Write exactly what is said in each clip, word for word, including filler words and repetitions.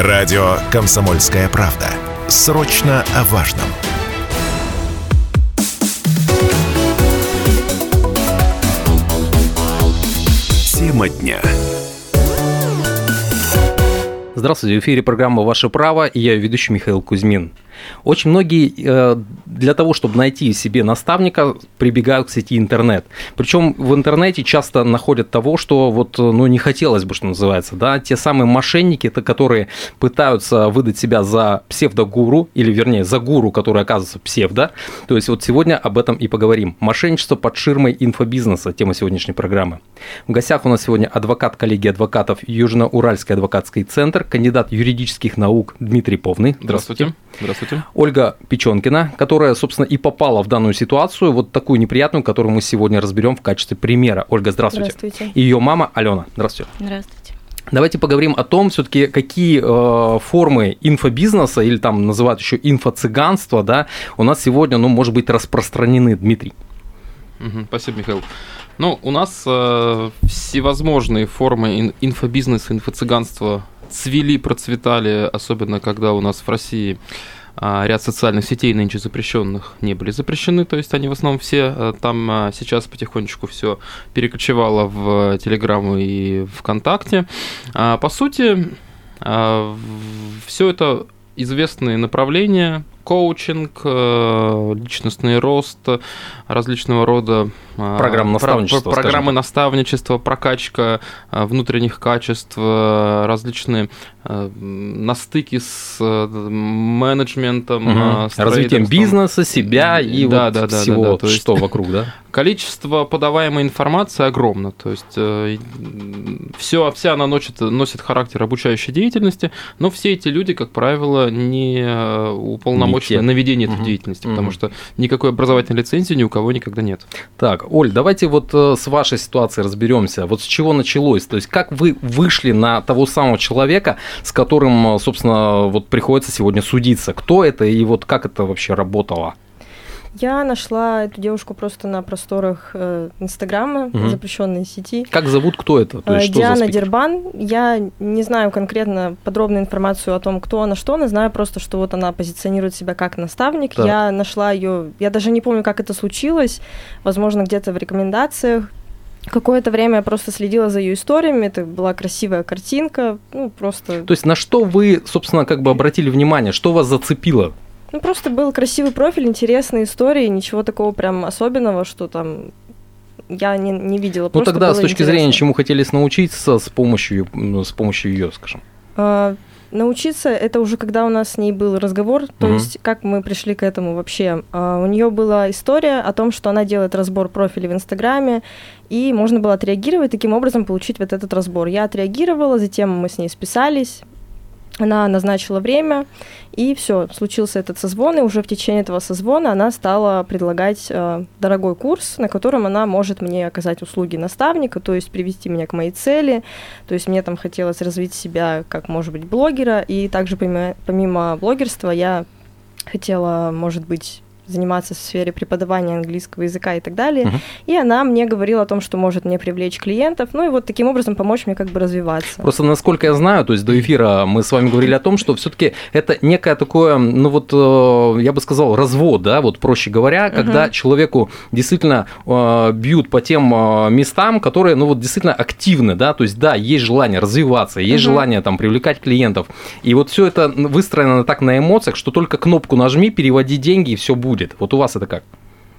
Радио «Комсомольская правда». Срочно о важном. Тема дня. Здравствуйте, в эфире программа «Ваше право» и я, ведущий Михаил Кузьмин. Очень многие э, для того, чтобы найти себе наставника, прибегают к сети интернет. Причем в интернете часто находят того, что вот, ну, не хотелось бы, что называется, да, те самые мошенники, которые пытаются выдать себя за псевдогуру, или вернее за гуру, который оказывается псевдо. То есть вот сегодня об этом и поговорим. Мошенничество под ширмой инфобизнеса, тема сегодняшней программы. В гостях у нас сегодня адвокат коллегии адвокатов Южно-Уральский адвокатский центр, кандидат юридических наук Дмитрий Повный. Здравствуйте. Здравствуйте. Ольга Печенкина, которая, собственно, и попала в данную ситуацию, вот такую неприятную, которую мы сегодня разберем в качестве примера. Ольга, здравствуйте. Здравствуйте. И ее мама Алена. Здравствуйте. Здравствуйте. Давайте поговорим о том, все-таки какие э, формы инфобизнеса, или там называют еще инфо-цыганство, да, у нас сегодня, ну, может быть, распространены, Дмитрий. Угу, спасибо, Михаил. Ну, у нас э, всевозможные формы инфобизнеса, инфо-цыганства цвели, процветали, особенно когда у нас в России а, ряд социальных сетей нынче запрещенных не были запрещены, то есть они в основном все а, там а, сейчас потихонечку все перекочевало в Телеграм и ВКонтакте. А, по сути, а, все это известные направления: коучинг, личностный рост, различного рода программы наставничества, программы наставничества, прокачка внутренних качеств, различные настыки с менеджментом, угу. с развитием бизнеса, себя и да, вот да, да, всего, да, да. То есть что вокруг, да? Количество подаваемой информации огромно, то есть э, все, вся она носит, носит характер обучающей деятельности, но все эти люди, как правило, не уполномочены на ведение этой угу. деятельности, потому угу. что никакой образовательной лицензии ни у кого никогда нет. Так, Оль, давайте вот с вашей ситуацией разберемся. Вот с чего началось? То есть как вы вышли на того самого человека, с которым, собственно, вот приходится сегодня судиться? Кто это и вот как это вообще работало? Я нашла эту девушку просто на просторах Инстаграма, угу. запрещенной сети. Как зовут, кто это? То есть, что Диана за спикер? Дербан. Я не знаю конкретно подробную информацию о том, кто она, что она. Знаю просто, что вот она позиционирует себя как наставник. Так. Я нашла ее, я даже не помню, как это случилось. Возможно, где-то в рекомендациях. Какое-то время я просто следила за ее историями, это была красивая картинка, ну просто... То есть на что вы, собственно, как бы обратили внимание, что вас зацепило? Ну, просто был красивый профиль, интересные истории, ничего такого прям особенного, что там я не, не видела. Ну, просто тогда с точки интересно. зрения, чему хотели научиться с помощью, ну, с помощью ее, скажем? А, научиться, это уже когда у нас с ней был разговор, то угу. есть как мы пришли к этому вообще. А, у нее была история о том, что она делает разбор профилей в Инстаграме, и можно было отреагировать, таким образом получить вот этот разбор. Я отреагировала, затем мы с ней списались. Она назначила время, и все, случился этот созвон, и уже в течение этого созвона она стала предлагать э, дорогой курс, на котором она может мне оказать услуги наставника, то есть привести меня к моей цели, то есть мне там хотелось развить себя как, может быть, блогера, и также помимо, помимо блогерства я хотела, может быть, заниматься в сфере преподавания английского языка и так далее. Uh-huh. И она мне говорила о том, что может мне привлечь клиентов, ну и вот таким образом помочь мне как бы развиваться. Просто насколько я знаю, то есть до эфира мы с вами говорили о том, что все-таки это некое такое, ну вот, я бы сказал, развод, да, вот проще говоря, uh-huh. когда человеку действительно э, бьют по тем местам, которые, ну вот, действительно активны, да, то есть да, есть желание развиваться, есть uh-huh. желание там привлекать клиентов, и вот все это выстроено так на эмоциях, что только кнопку нажми, переводи деньги, и все будет. Вот у вас это как?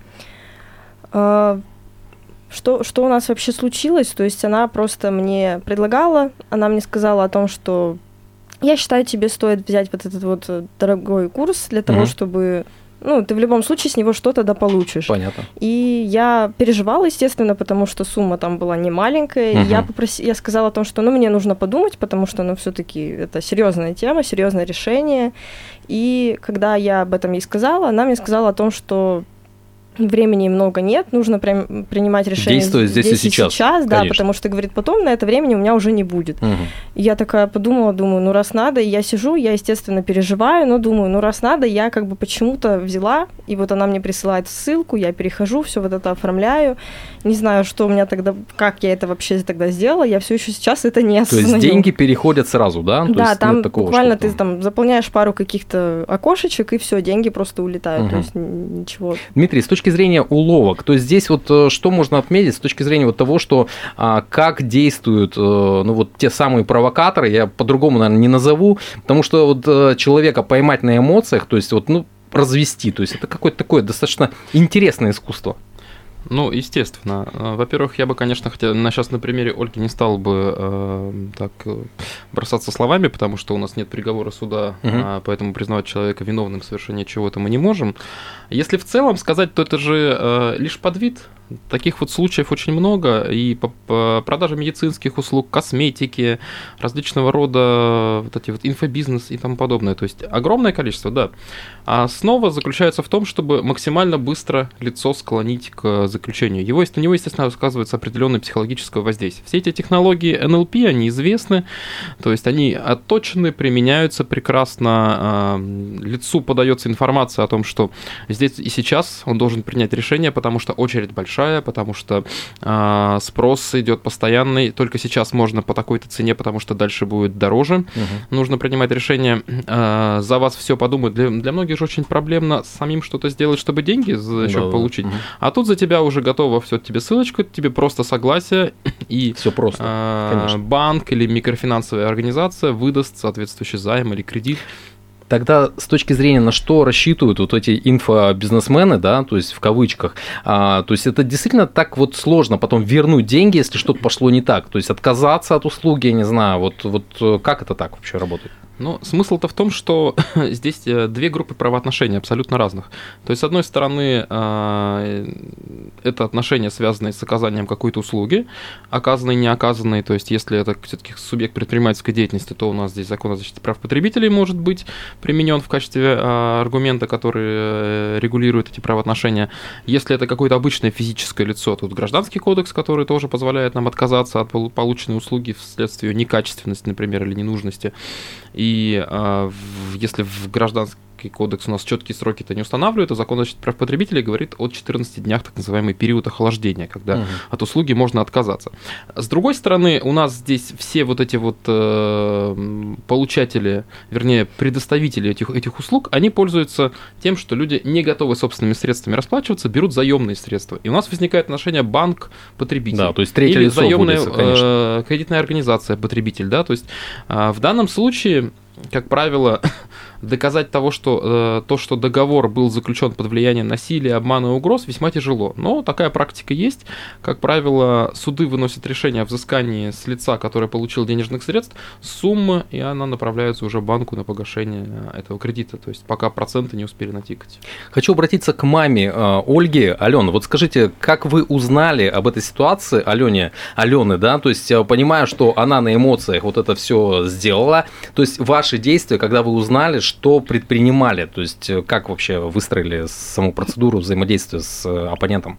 А, что, что у нас вообще случилось? То есть она просто мне предлагала, она мне сказала о том, что я считаю, тебе стоит взять вот этот вот дорогой курс для того, угу. чтобы... Ну, ты в любом случае с него что-то да получишь. Понятно. И я переживала, естественно, потому что сумма там была не маленькая. Угу. Я, попрос... я сказала о том, что ну, мне нужно подумать, потому что ну, все-таки это серьезная тема, серьезное решение. И когда я об этом ей сказала, она мне сказала о том, что времени много нет, нужно прям принимать решение действовать здесь, здесь и сейчас, сейчас да, конечно. Потому что, говорит, потом на это времени у меня уже не будет. Угу. И я такая подумала, думаю, ну раз надо, и я сижу, я, естественно, переживаю, но думаю, ну раз надо, я как бы почему-то взяла, и вот она мне присылает ссылку, я перехожу, все вот это оформляю, не знаю, что у меня тогда, как я это вообще тогда сделала, я все еще сейчас это не осознаю. То есть деньги переходят сразу, да? То да, есть там такого, буквально что-то... ты там заполняешь пару каких-то окошечек, и все, деньги просто улетают, угу. то есть ничего. Дмитрий, с точки зрения улова, то есть здесь вот что можно отметить с точки зрения вот того, что а, как действуют ну, вот те самые провокаторы, я по-другому, наверное, не назову, потому что вот человека поймать на эмоциях, то есть вот, ну, развести, то есть это какое-то такое достаточно интересное искусство. Ну, естественно. Во-первых, я бы, конечно, хотел, на, сейчас на примере Ольги не стал бы э, так бросаться словами, потому что у нас нет приговора суда, угу. э, поэтому признавать человека виновным в совершении чего-то мы не можем. Если в целом сказать, то это же э, лишь подвид. Таких вот случаев очень много, и по, по продаже медицинских услуг, косметики, различного рода вот эти вот инфобизнес и тому подобное. То есть огромное количество, да. А основа заключается в том, чтобы максимально быстро лицо склонить к заключению. Его, на него, естественно, сказывается определенное психологическое воздействие. Все эти технологии эн эл пи, они известны, то есть они отточены, применяются прекрасно. Лицу подается информация о том, что здесь и сейчас он должен принять решение, потому что очередь большая, потому что э, спрос идет постоянный. Только сейчас можно по такой-то цене, потому что дальше будет дороже. Угу. Нужно принимать решение. Э, за вас все подумают. Для, для многих же очень проблемно самим что-то сделать, чтобы деньги за счет да, получить. Угу. А тут за тебя уже готово все, тебе ссылочку, тебе просто согласие, и все просто, э, банк или микрофинансовая организация выдаст соответствующий займ или кредит. Тогда с точки зрения, на что рассчитывают вот эти инфобизнесмены, да, то есть в кавычках, а, то есть это действительно так вот сложно потом вернуть деньги, если что-то пошло не так, то есть отказаться от услуги, я не знаю, вот, вот как это так вообще работает? Ну, смысл-то в том, что здесь две группы правоотношений абсолютно разных. То есть, с одной стороны, это отношения, связанные с оказанием какой-то услуги, оказанной, не оказанной. То есть, если это все-таки субъект предпринимательской деятельности, то у нас здесь закон о защите прав потребителей может быть применен в качестве аргумента, который регулирует эти правоотношения. Если это какое-то обычное физическое лицо, тут гражданский кодекс, который тоже позволяет нам отказаться от полученной услуги вследствие некачественности, например, или ненужности. И э, в, если в гражданский кодекс у нас четкие сроки-то не устанавливает, то закон о защите прав потребителей говорит о четырнадцати днях, так называемый период охлаждения, когда угу. от услуги можно отказаться. С другой стороны, у нас здесь все вот эти вот э, получатели, вернее, предоставители этих, этих услуг, они пользуются тем, что люди не готовы собственными средствами расплачиваться, берут заемные средства. И у нас возникает отношение банк-потребитель. Да, то есть третье или лицо заемная будет, конечно. э, кредитная организация потребитель. Да? То есть э, в данном случае, как правило, доказать того, что э, то, что договор был заключен под влиянием насилия, обмана и угроз, весьма тяжело. Но такая практика есть. Как правило, суды выносят решение о взыскании с лица, который получил денежных средств, суммы, и она направляется уже банку на погашение этого кредита. То есть пока проценты не успели натикать. Хочу обратиться к маме э, Ольги. Алена, вот скажите, как вы узнали об этой ситуации, Алене, Алены, да? То есть понимая, что она на эмоциях вот это все сделала, то есть ваши действия, когда вы узнали, что предпринимали, то есть как вообще выстроили саму процедуру взаимодействия с оппонентом?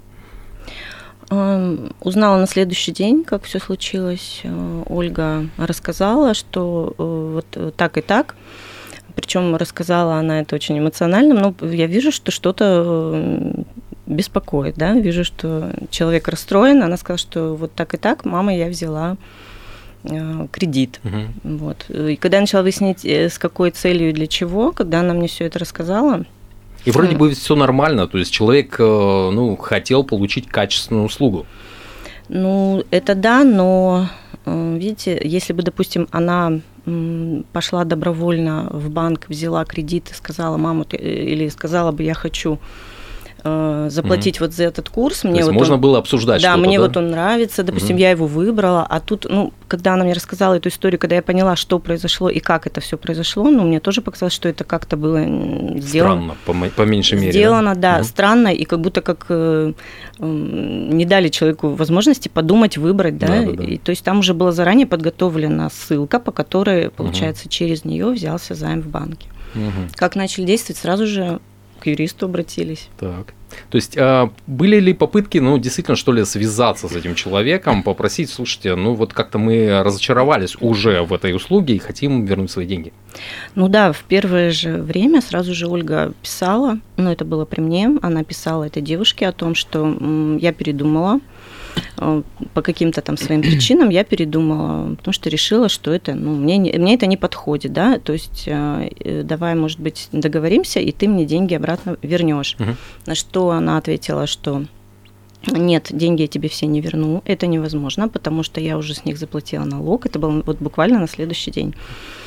Узнала на следующий день, как все случилось. Ольга рассказала, что вот так и так. Причем рассказала она это очень эмоционально. Но я вижу, что что-то беспокоит, да, вижу, что человек расстроен. Она сказала, что вот так и так, мама, я взяла кредит. Угу. Вот. И когда я начала выяснить, с какой целью и для чего, когда она мне все это рассказала. И вроде бы все нормально, то есть человек, ну, хотел получить качественную услугу. Ну, это да, но, видите, если бы, допустим, она пошла добровольно в банк, взяла кредит и сказала, маму, или сказала бы, я хочу заплатить mm-hmm. вот за этот курс. Мне То есть вот можно он, было обсуждать да, что-то, мне да? вот он нравится, допустим, mm-hmm. я его выбрала, а тут, ну, когда она мне рассказала эту историю, когда я поняла, что произошло и как это все произошло, ну, мне тоже показалось, что это как-то было сделано. Странно, по, по меньшей мере. Сделано, да, да mm-hmm. странно, и как будто как э, э, не дали человеку возможности подумать, выбрать, да, да, да, да. И, то есть там уже была заранее подготовлена ссылка, по которой, получается, mm-hmm. через нее взялся займ в банке. Mm-hmm. Как начали действовать, сразу же к юристу обратились. Так. То есть а, были ли попытки, ну, действительно, что ли, связаться с этим человеком, попросить, слушайте, ну, вот как-то мы разочаровались уже в этой услуге и хотим вернуть свои деньги? Ну да, в первое же время сразу же Ольга писала, ну, это было при мне, она писала этой девушке о том, что м, я передумала, по каким-то там своим причинам я передумала, потому что решила, что это, ну, мне, не, мне это не подходит, да, то есть давай, может быть, договоримся, и ты мне деньги обратно вернешь. Угу. На что она ответила, что нет, деньги я тебе все не верну, это невозможно, потому что я уже с них заплатила налог, это было вот буквально на следующий день.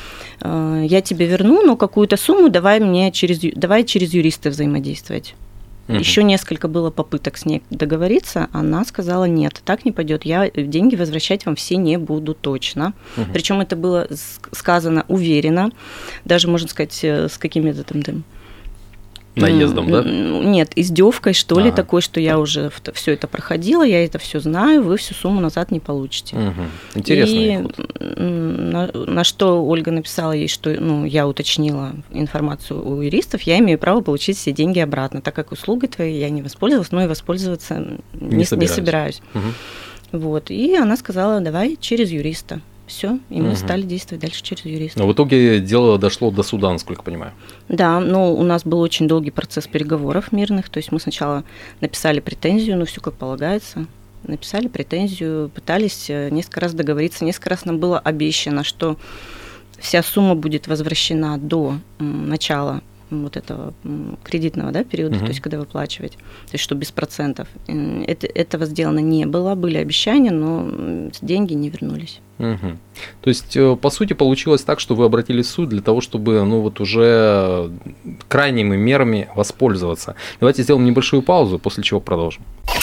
Я тебе верну, но какую-то сумму давай мне через, давай через юриста взаимодействовать. Uh-huh. Еще несколько было попыток с ней договориться, она сказала, нет, так не пойдет, я деньги возвращать вам все не буду точно. Uh-huh. Причем это было сказано уверенно, даже, можно сказать, с какими-то там... там наездом, да? Нет, издевкой, что ли, ага. такой, что я уже все это проходила, я это все знаю, вы всю сумму назад не получите. Угу. Интересный ход. На, на что Ольга написала ей, что ну, я уточнила информацию у юристов, я имею право получить все деньги обратно, так как услугой твоей я не воспользовалась, но и воспользоваться не, не собираюсь. Не собираюсь. Угу. Вот. И она сказала, давай через юриста. Все, и мы угу. стали действовать дальше через юриста. Но в итоге дело дошло до суда, насколько понимаю. Да, но у нас был очень долгий процесс переговоров мирных. То есть мы сначала написали претензию, ну все как полагается. Написали претензию, пытались несколько раз договориться. Несколько раз нам было обещано, что вся сумма будет возвращена до начала вот этого кредитного, да, периода, uh-huh. то есть когда выплачивать, то есть что без процентов. Это, этого сделано не было, были обещания, но деньги не вернулись. Uh-huh. То есть, по сути, получилось так, что вы обратились в суд для того, чтобы, ну, вот уже крайними мерами воспользоваться. Давайте сделаем небольшую паузу, после чего продолжим.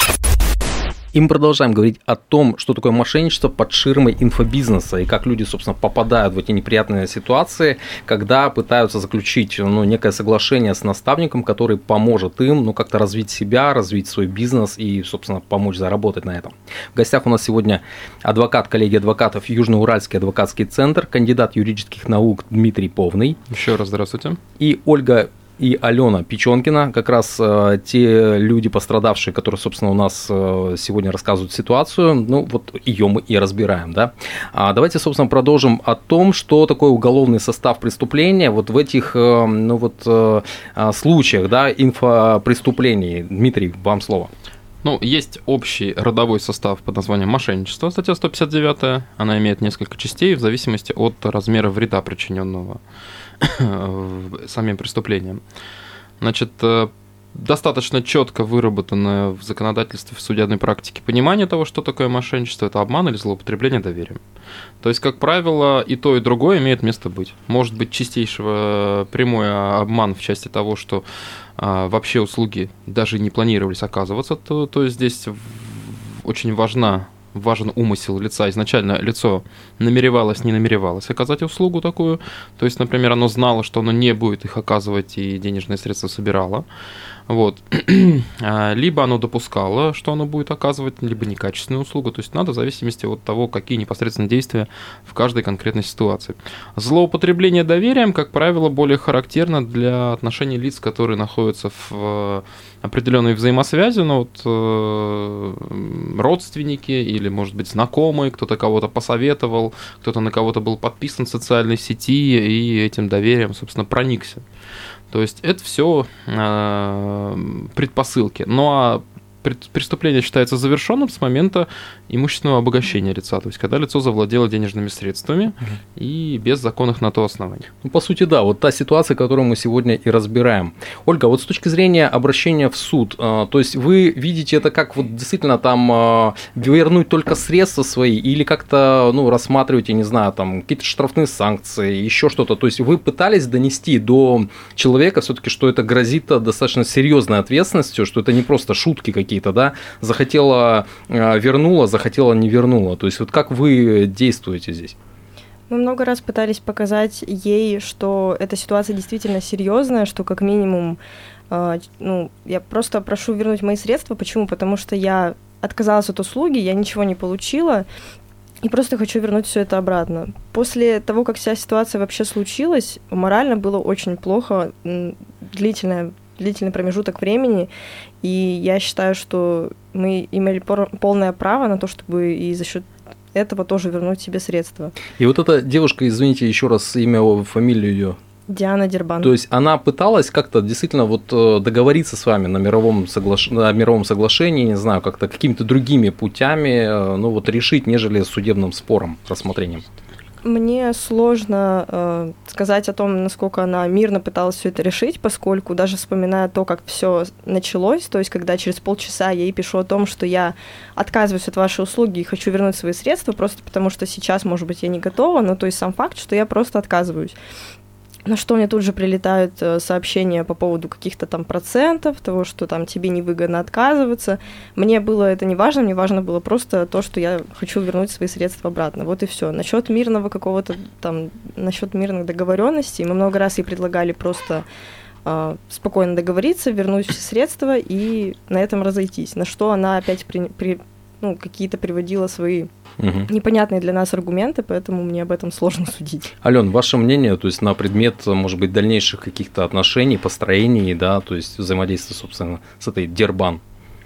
И мы продолжаем говорить о том, что такое мошенничество под ширмой инфобизнеса и как люди, собственно, попадают в эти неприятные ситуации, когда пытаются заключить, ну, некое соглашение с наставником, который поможет им, ну, как-то развить себя, развить свой бизнес и, собственно, помочь заработать на этом. В гостях у нас сегодня адвокат коллегии адвокатов Южноуральский адвокатский центр, кандидат юридических наук Дмитрий Повный. Еще раз здравствуйте. И Ольга и Алена Печенкина, как раз э, те люди, пострадавшие, которые, собственно, у нас э, сегодня рассказывают ситуацию, ну, вот ее мы и разбираем, да. А давайте, собственно, продолжим о том, что такое уголовный состав преступления вот в этих, э, ну, вот, э, случаях, да, инфопреступлений. Дмитрий, вам слово. Ну, есть общий родовой состав под названием мошенничество, статья сто пятьдесят девять, она имеет несколько частей в зависимости от размера вреда, причиненного самим преступлением. Значит, достаточно четко выработанное в законодательстве, в судебной практике понимание того, что такое мошенничество, это обман или злоупотребление доверием. То есть, как правило, и то, и другое имеет место быть. Может быть чистейшего прямой обман в части того, что а, вообще услуги даже не планировались оказываться, то, то здесь очень важна важен умысел лица. Изначально лицо намеревалось, не намеревалось оказать услугу такую. То есть, например, оно знало, что оно не будет их оказывать и денежные средства собирало. Вот. Либо оно допускало, что оно будет оказывать, либо некачественную услугу. То есть надо в зависимости от того, какие непосредственно действия в каждой конкретной ситуации. Злоупотребление доверием, как правило, более характерно для отношений лиц, которые находятся в определенной взаимосвязи, ну, вот, э, родственники или, может быть, знакомые, кто-то кого-то посоветовал, кто-то на кого-то был подписан в социальной сети и этим доверием, собственно, проникся. То есть это все э, предпосылки. Ну а преступление считается завершенным с момента имущественного обогащения лица, то есть когда лицо завладело денежными средствами uh-huh. и без законных на то оснований. Ну, по сути, да, вот та ситуация, которую мы сегодня и разбираем. Ольга, вот с точки зрения обращения в суд, то есть вы видите это как вот действительно там вернуть только средства свои или как-то, ну, рассматриваете, не знаю, там какие-то штрафные санкции, еще что-то, то есть вы пытались донести до человека все-таки, что это грозит достаточно серьезной ответственностью, что это не просто шутки какие-то, да, захотела вернула, захотела не вернула. То есть вот как вы действуете здесь? Мы много раз пытались показать ей, что эта ситуация действительно серьезная, что как минимум, э, ну, я просто прошу вернуть мои средства. Почему? Потому что я отказалась от услуги, я ничего не получила, и просто хочу вернуть все это обратно. После того, как вся ситуация вообще случилась, морально было очень плохо, длительное длительный промежуток времени, и я считаю, что мы имели полное право на то, чтобы и за счет этого тоже вернуть себе средства. И вот эта девушка, извините, еще раз имя, фамилию ее. Диана Дербан. То есть она пыталась как-то действительно вот договориться с вами на мировом, соглаш... на мировом соглашении, не знаю, как-то какими-то другими путями, ну вот решить, нежели судебным спором, рассмотрением? Мне сложно э, сказать о том, насколько она мирно пыталась все это решить, поскольку даже вспоминая то, как все началось, то есть когда через полчаса я ей пишу о том, что я отказываюсь от вашей услуги и хочу вернуть свои средства, просто потому что сейчас, может быть, я не готова, но то есть сам факт, что я просто отказываюсь. На что мне тут же прилетают сообщения по поводу каких-то там процентов, того, что там тебе невыгодно отказываться. Мне было это не важно, мне важно было просто то, что я хочу вернуть свои средства обратно. Вот и все. Насчет мирного какого-то там, насчет мирных договоренностей, мы много раз ей предлагали просто э, спокойно договориться, вернуть все средства и на этом разойтись. На что она опять при, при, ну, какие-то приводила свои угу. непонятные для нас аргументы, поэтому мне об этом сложно судить. Алён, ваше мнение, то есть на предмет, может быть, дальнейших каких-то отношений, построений, да, то есть взаимодействия, собственно, с этой Дербан?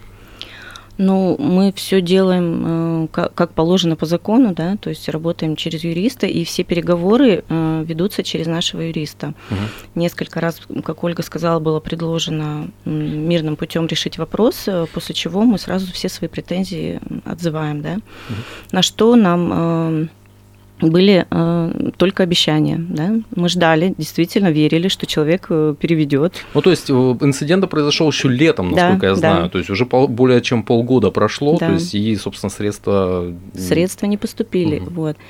Ну, мы все делаем э, как, как положено по закону, да, то есть работаем через юриста, и все переговоры э, ведутся через нашего юриста. Угу. Несколько раз, как Ольга сказала, было предложено мирным путем решить вопрос, после чего мы сразу все свои претензии отзываем, да. Угу. На что нам э, были э, только обещания, да. Мы ждали, действительно верили, что человек переведет. Ну, то есть инцидент произошел еще летом, насколько да, я знаю, да. То есть уже пол, более чем полгода прошло, да. То есть и, собственно, средства... Средства не поступили, угу. Вот.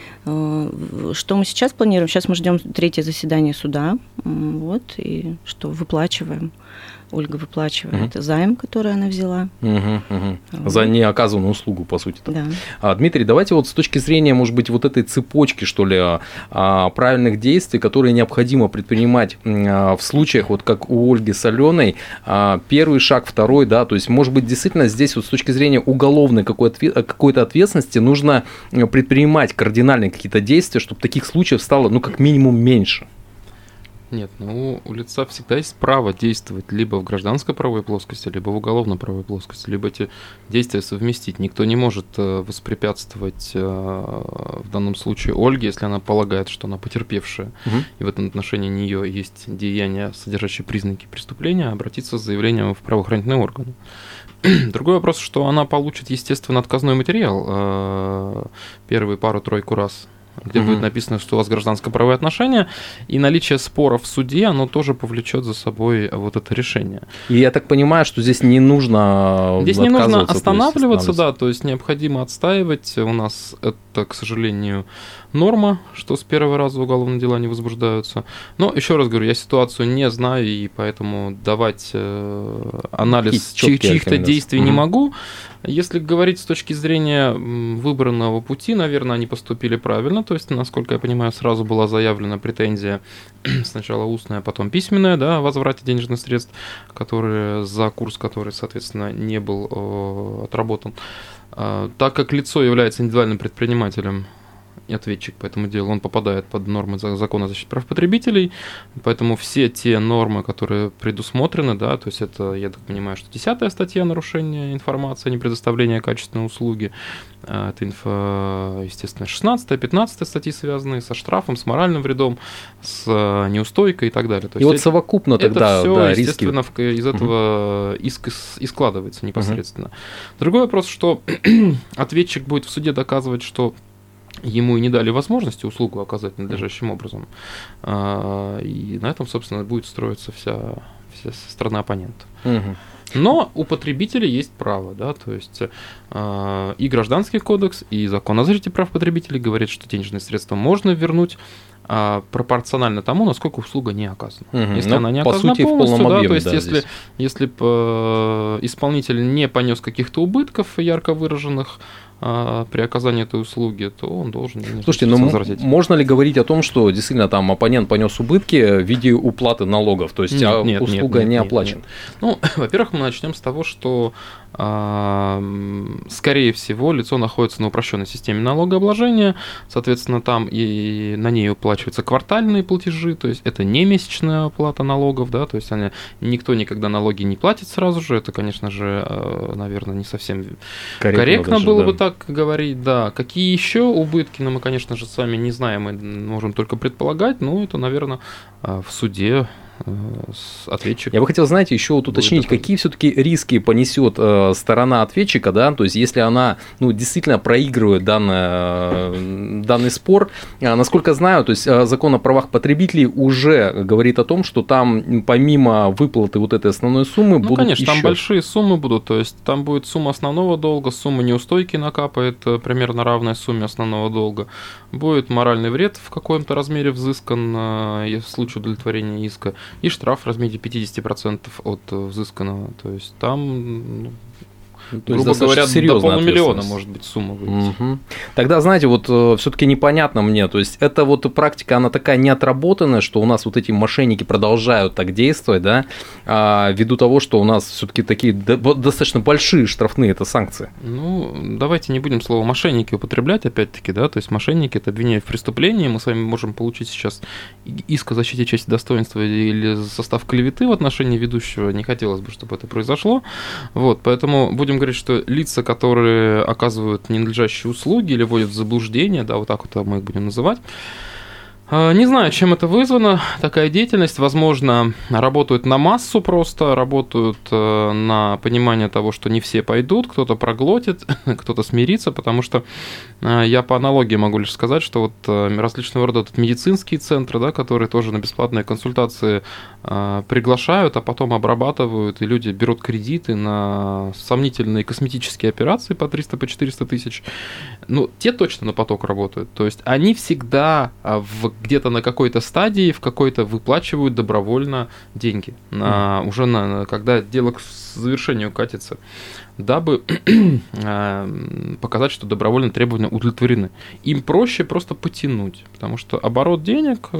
Что мы сейчас планируем? Сейчас мы ждем третье заседание суда, вот, и что, выплачиваем. Ольга выплачивает угу. займ, который она взяла. Угу, угу. Вот. За неоказанную услугу, по сути. Да. А, Дмитрий, давайте вот с точки зрения, может быть, вот этой цепочки, что ли, правильных действий, которые необходимо предпринимать в случаях, вот как у Ольги с Аленой, первый шаг, второй, да, то есть, может быть, действительно здесь вот с точки зрения уголовной какой-то ответственности нужно предпринимать кардинальные какие-то действия, чтобы таких случаев стало, ну, как минимум, меньше. Нет, ну у лица всегда есть право действовать либо в гражданской правовой плоскости, либо в уголовно-правовой плоскости, либо эти действия совместить. Никто не может воспрепятствовать в данном случае Ольге, если она полагает, что она потерпевшая, угу. и в этом отношении нее есть деяния, содержащие признаки преступления, обратиться с заявлением в правоохранительные органы. Другой вопрос, что она получит, естественно, отказной материал первые пару-тройку раз, где mm-hmm. будет написано, что у вас гражданско-правовые отношения, и наличие спора в суде, оно тоже повлечет за собой вот это решение. И я так понимаю, что здесь не нужно Здесь не нужно останавливаться, да, то есть необходимо отстаивать. У нас это, к сожалению, норма, что с первого раза уголовные дела не возбуждаются. Но, еще раз говорю, я ситуацию не знаю, и поэтому давать э, анализ чьих- чьих-то действий mm-hmm. не могу. Если говорить с точки зрения выбранного пути, наверное, они поступили правильно. То есть, насколько я понимаю, сразу была заявлена претензия, сначала устная, потом письменная, да, о возврате денежных средств, которые, за курс который, соответственно, не был э, отработан. Э, так как лицо является индивидуальным предпринимателем, и ответчик по этому делу, он попадает под нормы закона о защите прав потребителей, поэтому все те нормы, которые предусмотрены, да, то есть это, я так понимаю, что десятая статья нарушения информации, непредоставления качественной услуги, это, инфо, естественно, шестнадцатая, пятнадцатая статьи, связанные со штрафом, с моральным вредом, с неустойкой и так далее. То и есть вот это, совокупно тогда, это все, да, естественно, риски. из этого uh-huh. иск и складывается непосредственно. Uh-huh. Другой вопрос, что ответчик будет в суде доказывать, что ему и не дали возможности услугу оказать надлежащим образом. И на этом, собственно, будет строиться вся, вся сторона оппонента. Угу. Но у потребителей есть право, да, то есть и Гражданский кодекс, и Закон о защите прав потребителей говорит, что денежные средства можно вернуть пропорционально тому, насколько услуга не оказана. Угу. Если ну, она не оказана сути, полностью, да, объеме, то есть да, если, если бы исполнитель не понес каких-то убытков ярко выраженных при оказании этой услуги, то он должен... Слушайте, ну можно ли говорить о том, что действительно там оппонент понес убытки в виде уплаты налогов, то есть нет, а нет, услуга нет, нет, не оплачена? Нет, нет. Ну, во-первых, мы начнем с того, что скорее всего, лицо находится на упрощенной системе налогообложения, соответственно, там и на ней уплачиваются квартальные платежи, то есть это не месячная оплата налогов, да, то есть они, никто никогда налоги не платит сразу же, это, конечно же, наверное, не совсем корректно, корректно даже, было да. бы так говорить, да. Какие еще убытки, ну, мы, конечно же, сами не знаем, мы можем только предполагать, но это, наверное, в суде ответчик. Я бы хотел, знаете, еще вот уточнить, какие все-таки риски понесет э, сторона ответчика, да, то есть если она, ну, действительно проигрывает данное, данный спор, э, насколько знаю, то есть э, закон о правах потребителей уже говорит о том, что там помимо выплаты вот этой основной суммы ну, будут конечно, еще... там большие суммы будут, то есть там будет сумма основного долга, сумма неустойки накапает примерно равная сумме основного долга, будет моральный вред в каком-то размере взыскан э, в случае удовлетворения иска, и штраф в размере пятьдесят процентов от взысканного. То есть там, ну, то грубо есть говоря, до полумиллиона может быть сумма выйти. Угу. Тогда, знаете, вот все-таки непонятно мне, то есть это вот практика, она такая неотработанная, что у нас вот эти мошенники продолжают так действовать, да, а, ввиду того, что у нас все-таки такие достаточно большие штрафные это санкции. Ну, давайте не будем слово мошенники употреблять, опять-таки, да, то есть мошенники это обвиняют в преступлении, мы с вами можем получить сейчас иск о защите чести, достоинства или состав клеветы в отношении ведущего, не хотелось бы, чтобы это произошло, вот, поэтому будем говорить, что лица, которые оказывают ненадлежащие услуги или вводят в заблуждение, да, вот так вот мы их будем называть. Не знаю, чем это вызвано, такая деятельность, возможно, работают на массу просто, работают на понимание того, что не все пойдут, кто-то проглотит, кто-то смирится, потому что я по аналогии могу лишь сказать, что вот различного рода тут медицинские центры, да, которые тоже на бесплатные консультации приглашают, а потом обрабатывают, и люди берут кредиты на сомнительные косметические операции по триста, по четыреста тысяч, ну, те точно на поток работают, то есть они всегда в где-то на какой-то стадии, в какой-то выплачивают добровольно деньги, на, mm. уже на, когда дело к завершению катится, дабы показать, что добровольные требования удовлетворены. Им проще просто потянуть, потому что оборот денег,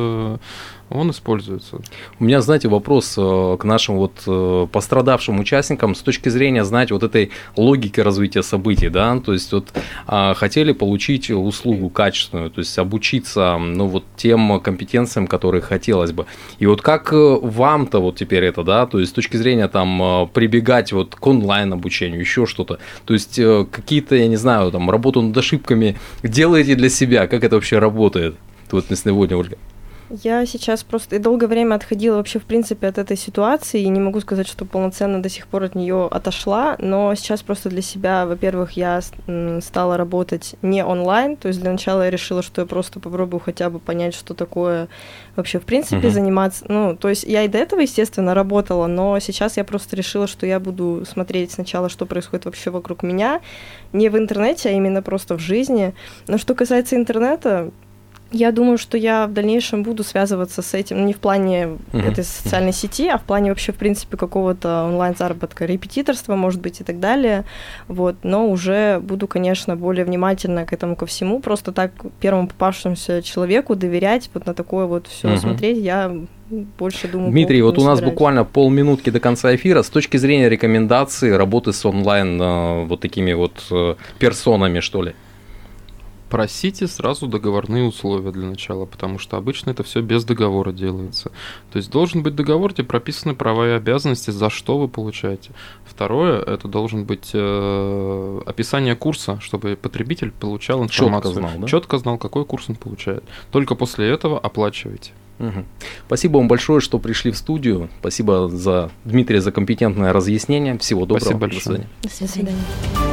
он используется. У меня, знаете, вопрос к нашим вот пострадавшим участникам с точки зрения, знаете, вот этой логики развития событий, да, то есть вот хотели получить услугу качественную, то есть обучиться, ну, вот тем компетенциям, которые хотелось бы. И вот как вам-то вот теперь это, да, то есть с точки зрения там прибегать вот к онлайн-обучению, еще что-то, то есть какие-то, я не знаю, там работу над ошибками делаете для себя, как это вообще работает? Вот на сегодня, Ольга. Я сейчас просто и долгое время отходила вообще, в принципе, от этой ситуации, и не могу сказать, что полноценно до сих пор от нее отошла, но сейчас просто для себя, во-первых, я стала работать не онлайн, то есть для начала я решила, что я просто попробую хотя бы понять, что такое вообще, в принципе, uh-huh. заниматься, ну, то есть я и до этого, естественно, работала, но сейчас я просто решила, что я буду смотреть сначала, что происходит вообще вокруг меня, не в интернете, а именно просто в жизни. Но что касается интернета, я думаю, что я в дальнейшем буду связываться с этим, ну, не в плане uh-huh. этой социальной сети, а в плане вообще, в принципе, какого-то онлайн-заработка, репетиторства, может быть, и так далее. Вот. Но уже буду, конечно, более внимательно к этому ко всему. Просто так первому попавшемуся человеку доверять, вот на такое вот все uh-huh. смотреть, я больше думаю. Дмитрий, вот у нас собираюсь. Буквально полминутки до конца эфира. С точки зрения рекомендаций работы с онлайн вот такими вот персонами, что ли? Просите сразу договорные условия для начала, потому что обычно это все без договора делается. То есть должен быть договор, где прописаны права и обязанности, за что вы получаете. Второе, это должен быть э, описание курса, чтобы потребитель получал информацию. Четко знал, да? Четко знал, какой курс он получает. Только после этого оплачивайте. Угу. Спасибо вам большое, что пришли в студию. Спасибо за Дмитрия за компетентное разъяснение. Всего доброго. Спасибо большое. До свидания. До свидания.